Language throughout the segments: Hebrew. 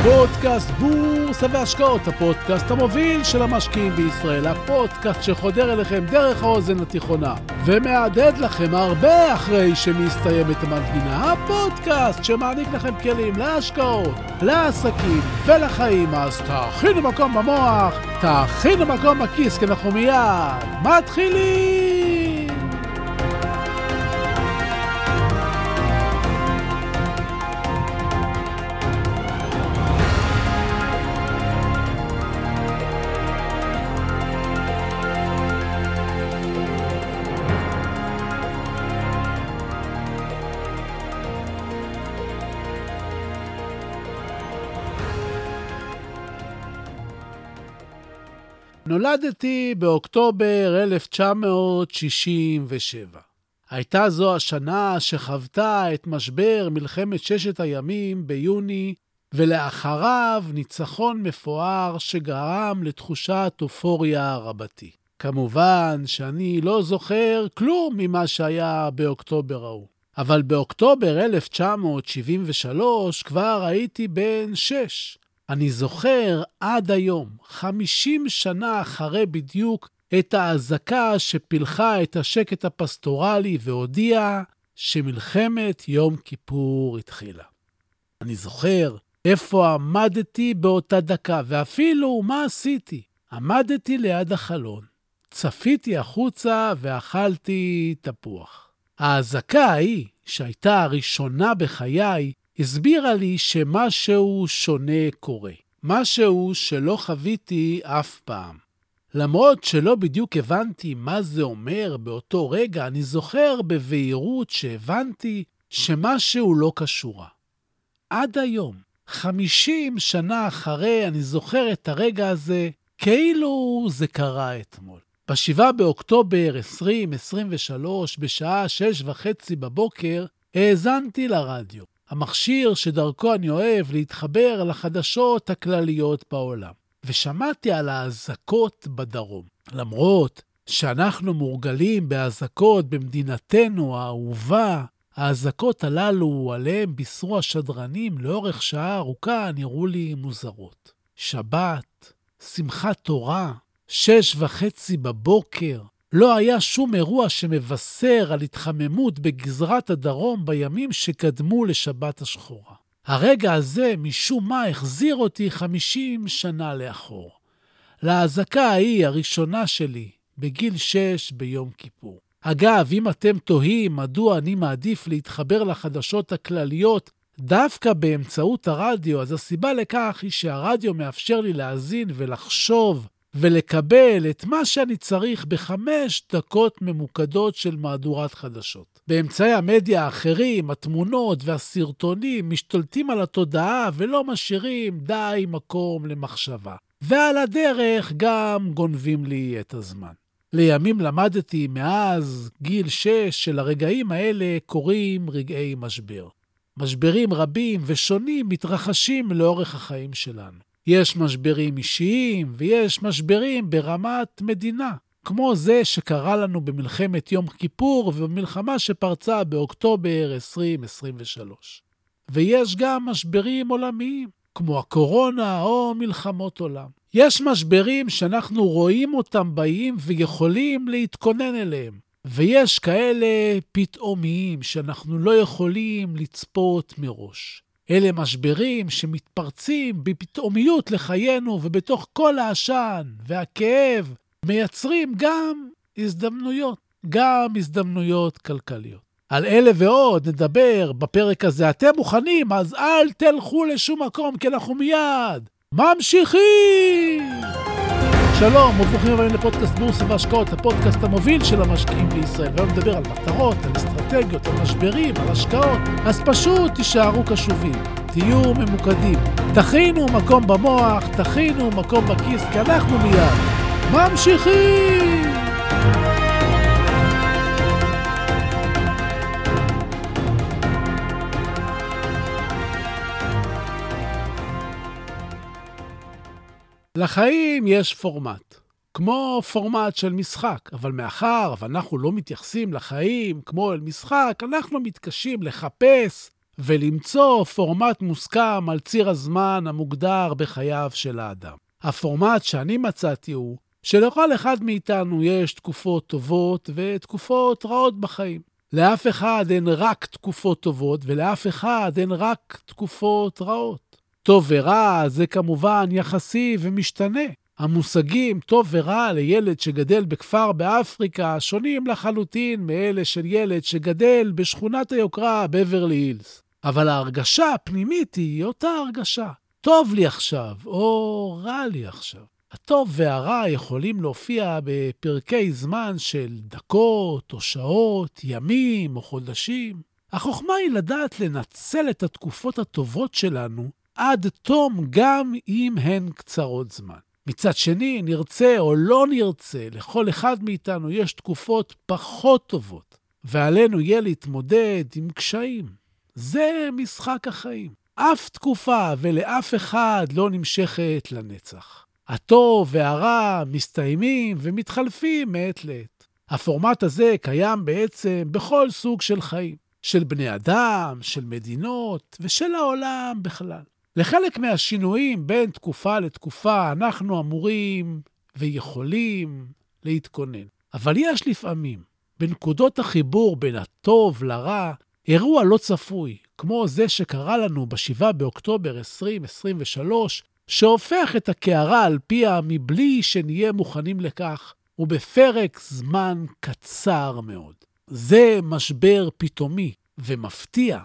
פודקאסט בורסה והשקעות, הפודקאסט המוביל של המשקיעים בישראל, הפודקאסט שחודר אליכם דרך האוזן התיכונה ומעדד לכם הרבה אחרי שמסתיימת המנגינה, הפודקאסט שמעניק לכם כלים להשקעות, לעסקים ולחיים. אז תכינו מקום במוח, תכינו מקום בכיס, כי אנחנו מיד מתחילים. נולדתי באוקטובר 1967. הייתה זו השנה שחוותה את משבר מלחמת ששת הימים ביוני, ולאחריו ניצחון מפואר שגרם לתחושת אופוריה רבתי. כמובן שאני לא זוכר כלום ממה שהיה באוקטובר ההוא. אבל באוקטובר 1973 כבר הייתי בן 6. אני זוכר עד היום, 50 שנה אחרי בדיוק, את האזעקה שפילחה את השקט הפסטורלי והודיעה שמלחמת יום כיפור התחילה. אני זוכר איפה עמדתי באותה דקה, ואפילו מה עשיתי. עמדתי ליד החלון, צפיתי החוצה ואכלתי תפוח. האזעקה ההיא, שהייתה הראשונה בחיי, הסבירה לי שמשהו שונה קורה. משהו שלא חוויתי אף פעם. למרות שלא בדיוק הבנתי מה זה אומר באותו רגע, אני זוכר בבהירות שהבנתי שמשהו לא קשורה. עד היום, 50 שנה אחרי, אני זוכר את הרגע הזה כאילו זה קרה אתמול. ב7 באוקטובר 2023, בשעה 6:30 בבוקר, האזנתי לרדיו. המכשיר שדרכו אני אוהב להתחבר לחדשות הכלליות בעולם. ושמעתי על האזעקות בדרום. למרות שאנחנו מורגלים באזעקות במדינתנו האהובה, האזעקות הללו עליהם בישרו השדרנים לאורך שעה ארוכה נראו לי מוזרות. שבת, שמחת תורה, 6:30 בבוקר, לא היה שום אירוע שמבשר על התחממות בגזרת הדרום בימים שקדמו לשבת השחורה. הרגע הזה משום מה החזיר אותי 50 שנה לאחור. להזעקה ההיא הראשונה שלי בגיל 6 ביום כיפור. אגב, אם אתם תוהים מדוע אני מעדיף להתחבר לחדשות הכלליות דווקא באמצעות הרדיו, אז הסיבה לכך היא שהרדיו מאפשר לי להאזין ולחשוב ולקבל את מה שאני צריך ב5 דקות ממוקדות של מהדורת חדשות. באמצעי המדיה האחרים, התמונות והסרטונים משתלטים על התודעה ולא משאירים די מקום למחשבה. ועל הדרך גם גונבים לי את הזמן. לימים למדתי מאז גיל 6 שלרגעים האלה קוראים רגעי משבר. משברים רבים ושונים מתרחשים לאורך החיים שלנו. יש משברים אישיים ויש משברים ברמת מדינה, כמו זה שקרה לנו במלחמת יום כיפור ובמלחמה שפרצה באוקטובר 2023. ויש גם משברים עולמיים, כמו הקורונה או מלחמות עולם. יש משברים שאנחנו רואים אותם באים ויכולים להתכונן אליהם. ויש כאלה פתאומיים שאנחנו לא יכולים לצפות מראש. אלה משברים שמתפרצים בפתאומיות לחיינו, ובתוך כל העשן והכאב מייצרים גם הזדמנויות כלכליות. על אלה ועוד נדבר בפרק הזה. אתם מוכנים? אז אל תלכו לשום מקום, כי אנחנו מיד ממשיכים! שלום, וברוכים הבאים לפודקאסט בורסה והשקעות, הפודקאסט המוביל של המשקיעים בישראל. והיום נדבר על מטרות, על אסטרטגיות, על משברים, על השקעות. אז פשוט תישארו קשובים, תהיו ממוקדים. תכינו מקום במוח, תכינו מקום בכיס, כי אנחנו מיד ממשיכים! לחיים יש פורמט, כמו פורמט של משחק, אבל מאחר ואנחנו לא מתייחסים לחיים כמו אל משחק, אנחנו מתקשים לחפש ולמצוא פורמט מוסכם על ציר הזמן המוגדר בחייו של האדם. הפורמט שאני מצאתי הוא שלכל אחד מאיתנו יש תקופות טובות ותקופות רעות בחיים. לאף אחד אין רק תקופות טובות ולאף אחד אין רק תקופות רעות. טוב ורע זה כמובן יחסי ומשתנה. המושגים טוב ורע לילד שגדל בכפר באפריקה שונים לחלוטין מאלה של ילד שגדל בשכונת היוקרה בברלי הילס. אבל ההרגשה הפנימית היא אותה הרגשה. טוב לי עכשיו או רע לי עכשיו. הטוב והרע יכולים להופיע בפרקי זמן של דקות או שעות, ימים או חודשים. החוכמה היא לדעת לנצל את התקופות הטובות שלנו עד תום גם אם הן קצרות זמן. מצד שני, נרצה או לא נרצה, לכל אחד מאיתנו יש תקופות פחות טובות, ועלינו יהיה להתמודד עם קשיים. זה משחק החיים. אף תקופה ולאף אחד לא נמשכת לנצח. הטוב והרע מסתיימים ומתחלפים מעת לעת. הפורמט הזה קיים בעצם בכל סוג של חיים, של בני אדם, של מדינות ושל העולם בכלל. לחלק מהשינויים בין תקופה לתקופה אנחנו אמורים ויכולים להתכונן. אבל יש לפעמים, בנקודות החיבור בין הטוב לרע, אירוע לא צפוי, כמו זה שקרה לנו ב7 באוקטובר 2023, שהופך את הקערה על פיה מבלי שנהיה מוכנים לכך, ובפרק זמן קצר מאוד. זה משבר פתאומי ומפתיע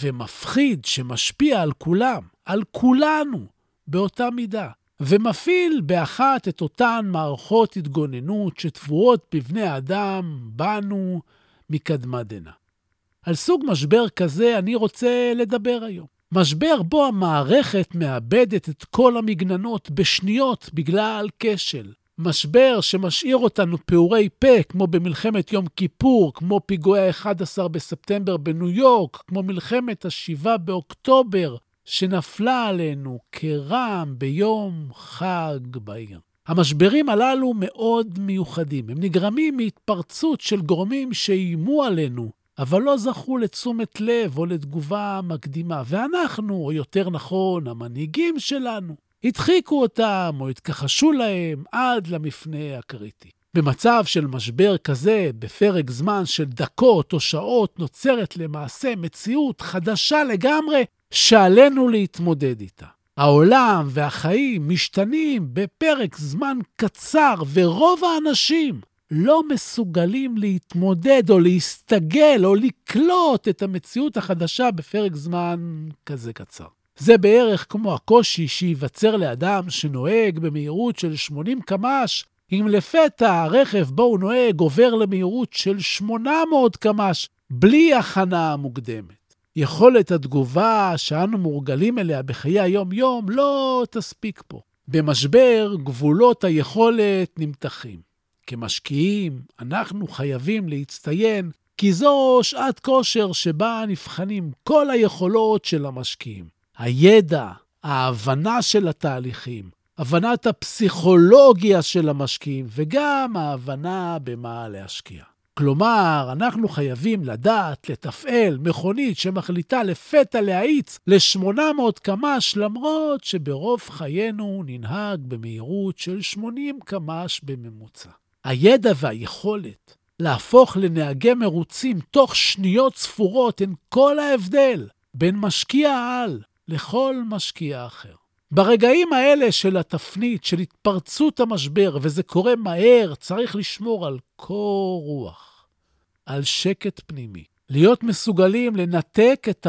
ומפחיד שמשפיע על כולם, על כולנו, באותה מידה, ומפעיל באחת את אותן מערכות התגוננות שטבועות בבני האדם, בנו, מקדמת דנא. על סוג משבר כזה אני רוצה לדבר היום. משבר בו המערכת מאבדת את כל המגננות בשניות בגלל כשל. משבר שמשאיר אותנו פעורי פה, כמו במלחמת יום כיפור, כמו פיגועי 11 בספטמבר בניו יורק, כמו מלחמת 7 באוקטובר, שנפלה עלינו כרעם ביום חג בעיר. המשברים הללו מאוד מיוחדים. הם נגרמים מהתפרצות של גורמים שאיימו עלינו, אבל לא זכו לתשומת לב או לתגובה מקדימה. ואנחנו, או יותר נכון, המנהיגים שלנו, הדחיקו אותם או התכחשו להם עד למפנה הקריטי. במצב של משבר כזה, בפרק זמן של דקות או שעות, נוצרת למעשה מציאות חדשה לגמרי שעלינו להתמודד איתה. העולם והחיים משתנים בפרק זמן קצר, ורוב האנשים לא מסוגלים להתמודד או להסתגל או לקלוט את המציאות החדשה בפרק זמן כזה קצר. זה בערך כמו הקושי שיווצר לאדם שנוהג במהירות של 80 קמ"ש, אם לפתע הרכב בו הוא נוהג עובר למהירות של 800 קמ"ש, בלי הכנה מוקדמת. יכולת התגובה שאנו מורגלים אליה בחיי היום-יום לא תספיק פה. במשבר גבולות היכולת נמתחים. כמשקיעים אנחנו חייבים להצטיין, כי זו שעת כושר שבה נבחנים כל היכולות של המשקיעים. הידע, ההבנה של התהליכים, הבנת הפסיכולוגיה של המשקיעים, וגם ההבנה במה להשקיע. כלומר, אנחנו חייבים לדעת לתפעל מכונית שמחליטה לפתע להאיץ ל-800 קמ"ש, למרות שברוב חיינו ננהג במהירות של 80 קמ"ש בממוצע. הידע והיכולת להפוך לנהגי מרוצים תוך שניות ספורות הן כל ההבדל בין משקיע על לכל משקיע אחר. ברגעים האלה של התפנית, של התפרצות המשבר, וזה קורה מהר, צריך לשמור על קור רוח, על שקט פנימי. להיות מסוגלים לנתק את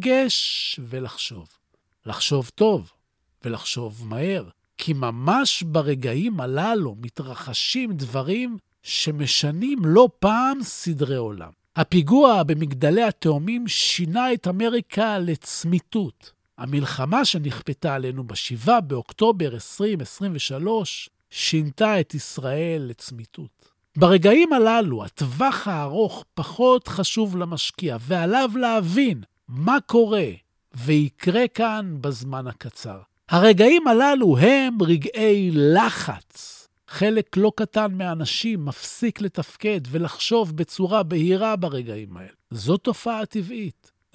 הרגש ולחשוב. לחשוב טוב ולחשוב מהר. כי ממש ברגעים הללו מתרחשים דברים שמשנים לא פעם סדרי עולם. הפיגוע במגדלי התאומים שינה את אמריקה לצמיתות. המלחמה שנכפתה עלינו ב7 באוקטובר 2023 שינתה את ישראל לצמיתות. ברגעים הללו הטווח הארוך פחות חשוב למשקיע, ועליו להבין מה קורה ויקרה כאן בזמן הקצר. הרגעים הללו הם רגעי לחץ. חלק לא קטן מהאנשים מפסיק לתפקד ולחשוב בצורה בהירה ברגעים האלה. זו תופעה טבעית.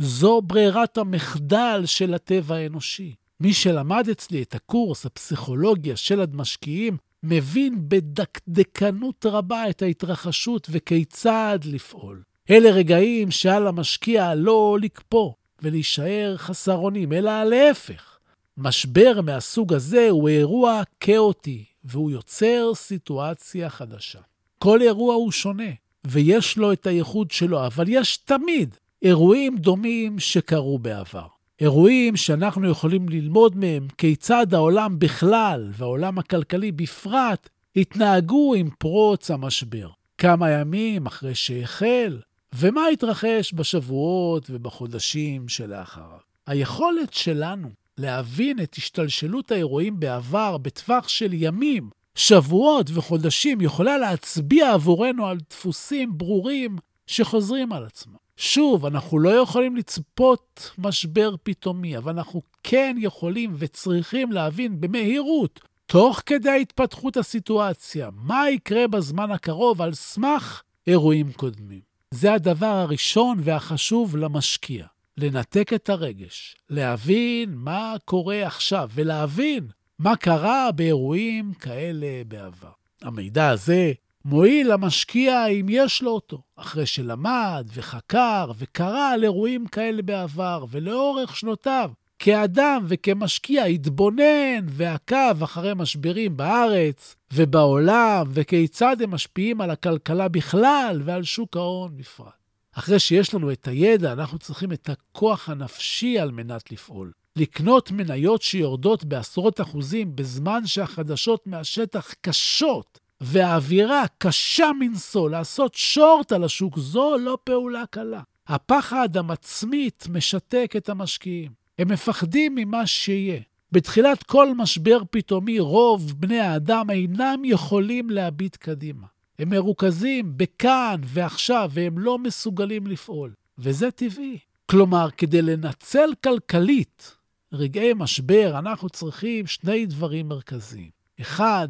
זו ברירת המחדל של הטבע האנושי. מי שלמד אצלי את הקורס הפסיכולוגיה של המשקיעים, מבין בדקדקנות רבה את ההתרחשות וכיצד לפעול. אלה רגעים שעל המשקיע לא לקפוא ולהישאר חסר אונים, אלא להפך. משבר מהסוג הזה הוא אירוע כאוטי, והוא יוצר סיטואציה חדשה. כל אירוע הוא שונה, ויש לו את הייחוד שלו, אבל יש תמיד אירועים דומים שקרו בעבר. אירועים שאנחנו יכולים ללמוד מהם כיצד העולם בכלל והעולם הכלכלי בפרט התנהגו עם פרוץ המשבר. כמה ימים אחרי שהחל, ומה התרחש בשבועות ובחודשים שלאחריו. היכולת שלנו להבין את השתלשלות האירועים בעבר בטווח של ימים, שבועות וחודשים יכולה להצביע עבורנו על דפוסים ברורים שחוזרים על עצמם. שוב, אנחנו לא יכולים לצפות משבר פתאומי, אבל אנחנו כן יכולים וצריכים להבין במהירות, תוך כדי התפתחות הסיטואציה, מה יקרה בזמן הקרוב על סמך אירועים קודמים. זה הדבר הראשון והחשוב למשקיע. לנתק את הרגש, להבין מה קורה עכשיו ולהבין מה קרה באירועים כאלה בעבר. המידע הזה מועיל למשקיע אם יש לו אותו, אחרי שלמד וחקר וקרא על אירועים כאלה בעבר, ולאורך שנותיו, כאדם וכמשקיע התבונן ועקב אחרי משברים בארץ ובעולם, וכיצד הם משפיעים על הכלכלה בכלל ועל שוק ההון בפרט. אחרי שיש לנו את הידע, אנחנו צריכים את הכוח הנפשי על מנת לפעול. לקנות מניות שיורדות בעשרות אחוזים בזמן שהחדשות מהשטח קשות, והאווירה קשה מנסו לעשות שורט על השוק, זו לא פעולה קלה. הפחד המצמית משתק את המשקיעים. הם מפחדים ממה שיהיה. בתחילת כל משבר פתאומי רוב בני האדם אינם יכולים להביט קדימה. הם מרוכזים בכאן ועכשיו והם לא מסוגלים לפעול. וזה טבעי. כלומר, כדי לנצל כלכלית רגעי משבר, אנחנו צריכים שני דברים מרכזיים. 1,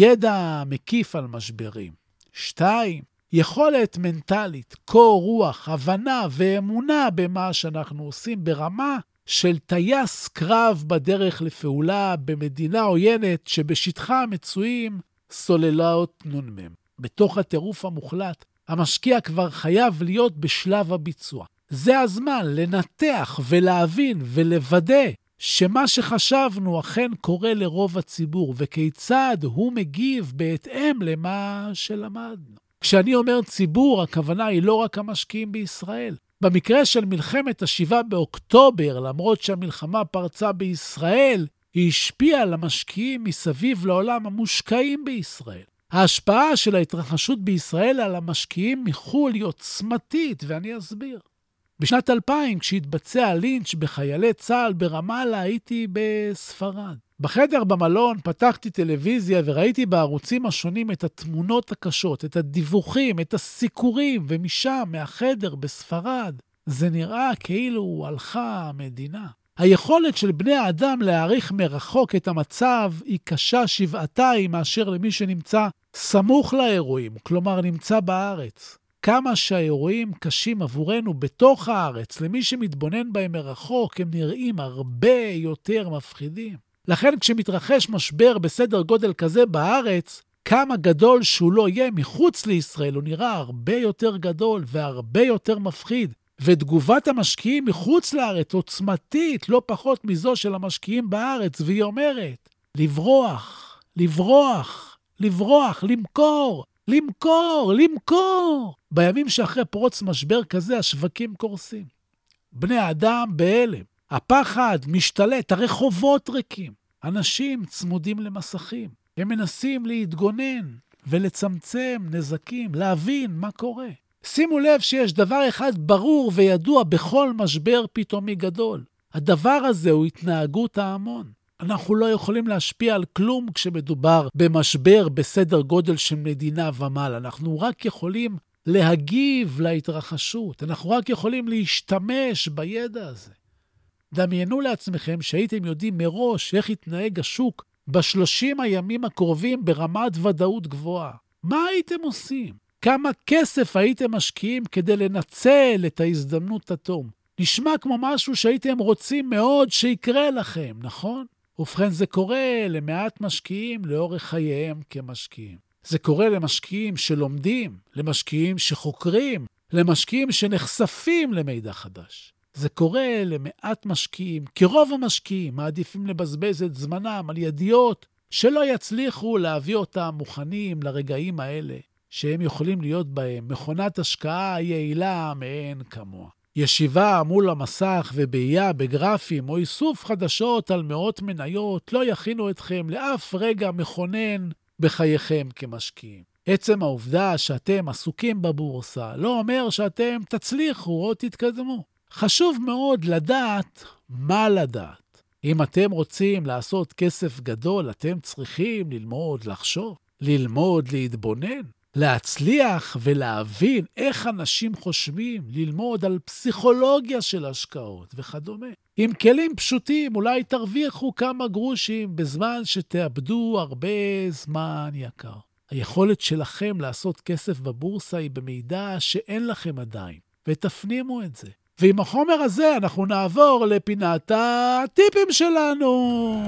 ידע מקיף על משברים. 2, יכולת מנטלית, קור רוח, הבנה ואמונה במה שאנחנו עושים ברמה של טייס קרב בדרך לפעולה במדינה עוינת שבשטחה מצויים סוללות נ"מ. בתוך הטירוף המוחלט, המשקיע כבר חייב להיות בשלב הביצוע. זה הזמן לנתח ולהבין ולוודא שמה שחשבנו אכן קורה לרוב הציבור, וכיצד הוא מגיב בהתאם למה שלמדנו. כשאני אומר ציבור, הכוונה היא לא רק המשקיעים בישראל. במקרה של מלחמת ה7 באוקטובר, למרות שהמלחמה פרצה בישראל, היא השפיעה על המשקיעים מסביב לעולם המושקעים בישראל. ההשפעה של ההתרחשות בישראל על המשקיעים מחול היא עוצמתית, ואני אסביר. בשנת 2000, כשהתבצע לינץ' בחיילי צה"ל ברמאללה, הייתי בספרד. בחדר במלון פתחתי טלוויזיה וראיתי בערוצים השונים את התמונות הקשות, את הדיווחים, את הסיקורים, ומשם, מהחדר בספרד, זה נראה כאילו הלכה המדינה. היכולת של בני האדם להעריך מרחוק את המצב היא קשה שבעתיים מאשר למי שנמצא סמוך לאירועים, כלומר נמצא בארץ. כמה שהאירועים קשים עבורנו בתוך הארץ, למי שמתבונן בהם מרחוק, הם נראים הרבה יותר מפחידים. לכן כשמתרחש משבר בסדר גודל כזה בארץ, כמה גדול שהוא לא יהיה מחוץ לישראל, הוא נראה הרבה יותר גדול והרבה יותר מפחיד. ותגובת המשקיעים מחוץ לארץ עוצמתית, לא פחות מזו של המשקיעים בארץ, והיא אומרת, לברוח, לברוח, לברוח, למכור, למכור, למכור. בימים שאחרי פרוץ משבר כזה, השווקים קורסים. בני האדם בהלם. הפחד משתלט, הרחובות ריקים. אנשים צמודים למסכים. הם מנסים להתגונן ולצמצם נזקים, להבין מה קורה. שימו לב שיש דבר אחד ברור וידוע בכל משבר פתאומי גדול. הדבר הזה הוא התנהגות ההמון. אנחנו לא יכולים להשפיע על כלום כשמדובר במשבר בסדר גודל של מדינה ומעלה. אנחנו רק יכולים להגיב להתרחשות. אנחנו רק יכולים להשתמש בידע הזה. דמיינו לעצמכם שהייתם יודעים מראש איך יתנהג השוק ב30 הימים הקרובים ברמת ודאות גבוהה. מה הייתם עושים? כמה כסף הייתם משקיעים כדי לנצל את ההזדמנות התום? נשמע כמו משהו שהייתם רוצים מאוד שיקרה לכם, נכון? ובכן, זה קורה למעט משקיעים לאורך חייהם כמשקיעים. זה קורה למשקיעים שלומדים, למשקיעים שחוקרים, למשקיעים שנחשפים למידע חדש. זה קורה למעט משקיעים, כי רוב המשקיעים מעדיפים לבזבז את זמנם על ידיעות שלא יצליחו להביא אותם מוכנים לרגעים האלה, שהם יכולים להיות בהם מכונת השקעה יעילה מאין כמוה. ישיבה מול המסך ובעיה בגרפים או איסוף חדשות על מאות מניות לא יכינו אתכם לאף רגע מכונן בחייכם כמשקיעים. עצם העובדה שאתם עסוקים בבורסה לא אומר שאתם תצליחו או תתקדמו. חשוב מאוד לדעת מה לדעת. אם אתם רוצים לעשות כסף גדול, אתם צריכים ללמוד לחשוב, ללמוד להתבונן, להצליח ולהבין איך אנשים חושבים, ללמוד על פסיכולוגיה של השקעות וכדומה. עם כלים פשוטים אולי תרוויחו כמה גרושים בזמן שתאבדו הרבה זמן יקר. היכולת שלכם לעשות כסף בבורסה היא במידע שאין לכם עדיין, ותפנימו את זה. ועם החומר הזה אנחנו נעבור לפינת הטיפים שלנו.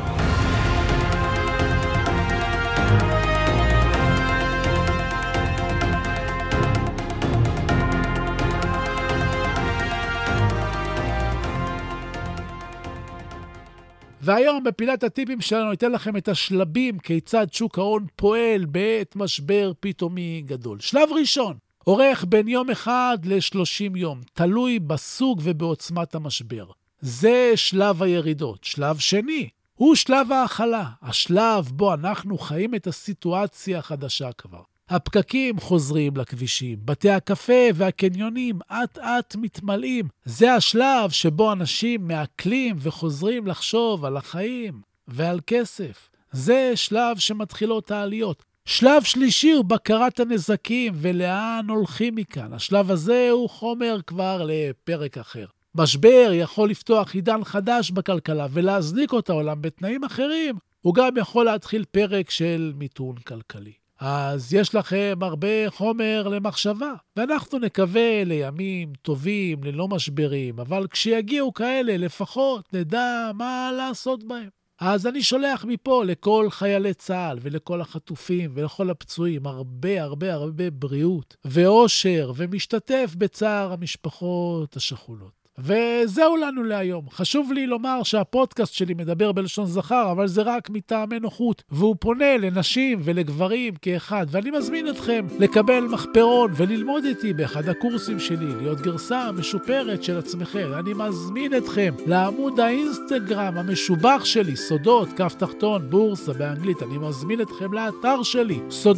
והיום בפינת הטיפים שלנו ניתן לכם את השלבים כיצד שוק ההון פועל בעת משבר פתאומי גדול. שלב ראשון, אורך בין יום אחד ל-30 יום, תלוי בסוג ובעוצמת המשבר. זה שלב הירידות. שלב שני הוא שלב ההכלה, השלב בו אנחנו חיים את הסיטואציה החדשה כבר. הפקקים חוזרים לכבישים, בתי הקפה והקניונים אט-אט מתמלאים. זה השלב שבו אנשים מעכלים וחוזרים לחשוב על החיים ועל כסף. זה שלב שמתחילות העליות. שלב שלישי הוא בקרת הנזקים ולאן הולכים מכאן. השלב הזה הוא חומר כבר לפרק אחר. משבר יכול לפתוח עידן חדש בכלכלה ולהזניק אותה עולם בתנאים אחרים. הוא גם יכול להתחיל פרק של מיתון כלכלי. אז יש לכם הרבה חומר למחשבה, ואנחנו נקווה לימים טובים, ללא משברים, אבל כשיגיעו כאלה לפחות נדע מה לעשות בהם. אז אני שולח מפה לכל חיילי צה"ל ולכל החטופים ולכל הפצועים הרבה בריאות ואושר, ומשתתף בצער המשפחות השכולות. וזהו לנו להיום. חשוב לי לומר שהפודקאסט שלי מדבר בלשון זכר, אבל זה רק מטעמי נוחות, והוא פונה לנשים ולגברים כאחד, ואני מזמין אתכם לקבל מחפרון וללמוד איתי באחד הקורסים שלי, להיות גרסה משופרת של עצמכם. אני מזמין אתכם לעמוד האינסטגרם המשובח שלי, סודות, כף תחתון, בורסה באנגלית. אני מזמין אתכם לאתר שלי,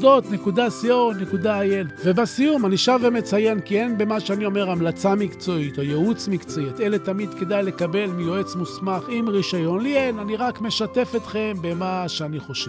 סודות.co.il. ובסיום אני שב ומציין כי אין במה שאני אומר המלצה מקצועית או ייעוץ מקצועי. את אלה תמיד כדאי לקבל מיועץ מוסמך עם רישיון. לי אין, אני רק משתף אתכם במה שאני חושב.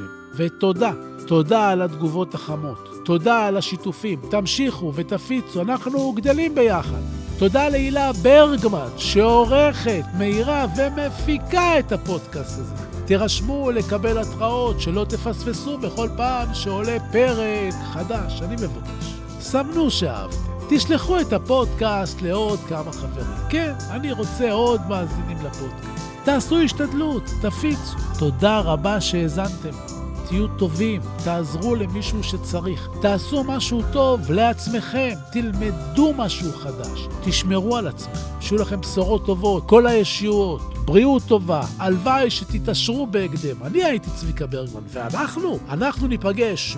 ותודה על התגובות החמות. תודה על השיתופים. תמשיכו ותפיצו, אנחנו גדלים ביחד. תודה להילה ברגמן שעורכת, מהירה ומפיקה את הפודקאסט הזה. תירשמו לקבל התראות שלא תפספסו בכל פעם שעולה פרק חדש. אני מבקש. סמנו שאהבתם. תשלחו את הפודקאסט לעוד כמה חברים. כן, אני רוצה עוד מאזינים לפודקאסט. תעשו השתדלות, תפיצו. תודה רבה שהאזנתם. תהיו טובים, תעזרו למישהו שצריך. תעשו משהו טוב לעצמכם. תלמדו משהו חדש. תשמרו על עצמכם. שיהיו לכם בשורות טובות, כל הישועות, בריאות טובה. הלוואי שתתעשרו בהקדם. אני הייתי צביקה ברגמן, ואנחנו ניפגש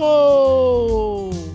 בקרוב.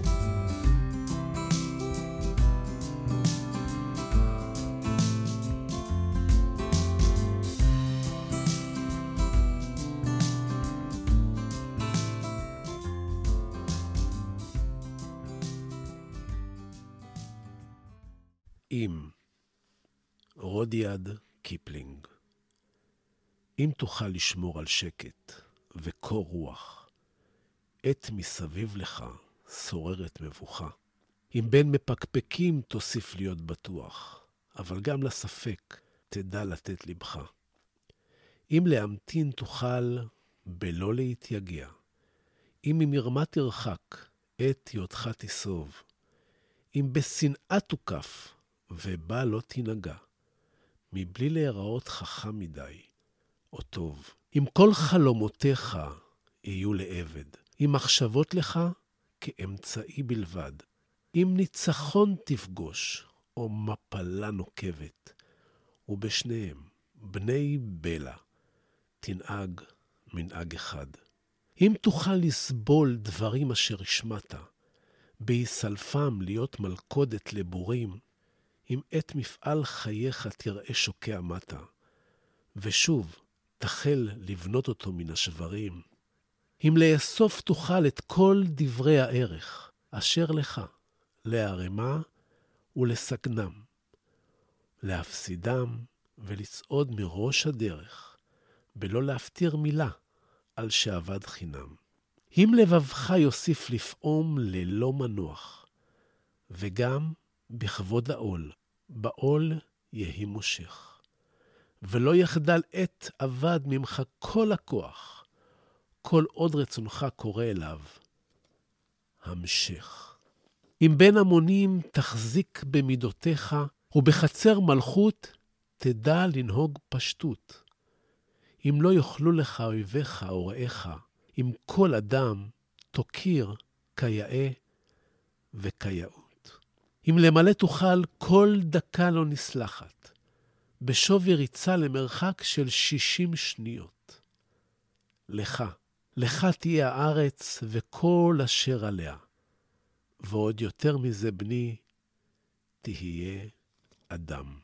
אם רודיעד קיפלינג, אם תוכל לשמור על שקט וקור רוח, עת מסביב לך שוררת מבוכה. אם בין מפקפקים תוסיף להיות בטוח, אבל גם לספק תדע לתת לבך. אם להמתין תוכל בלא להתייגע, אם ממרמה תרחק, עת היותך תסוב, אם בשנאה תוקף, ובה לא תנגע, מבלי להיראות חכם מדי, או טוב. אם כל חלומותיך יהיו לעבד, אם מחשבות לך כאמצעי בלבד, אם ניצחון תפגוש, או מפלה נוקבת, ובשניהם, בני בלע, תנהג מנהג אחד. אם תוכל לסבול דברים אשר השמעת, בהיסלפם להיות מלכודת לבורים, אם את מפעל חייך תראה שוקע מטה, ושוב תחל לבנות אותו מן השברים, אם לאסוף תוכל את כל דברי הערך, אשר לך, להרמה ולסגנם, להפסידם ולצעוד מראש הדרך, בלא להפתיר מילה על שעבד חינם. אם לבבך יוסיף לפעום ללא מנוח, וגם בכבוד העול, בעול יהי מושך, ולא יחדל עת עבד ממך כל הכוח, כל עוד רצונך קורא אליו, המשך. אם בין המונים תחזיק במידותיך, ובחצר מלכות תדע לנהוג פשטות. אם לא יוכלו לך אויביך או רעיך, אם כל אדם תוקיר כיאה וכיאות. אם למלא תוכל כל דקה לא נסלחת, בשווי ריצה למרחק של 60 שניות. לך תהיה הארץ וכל אשר עליה, ועוד יותר מזה בני, תהיה אדם.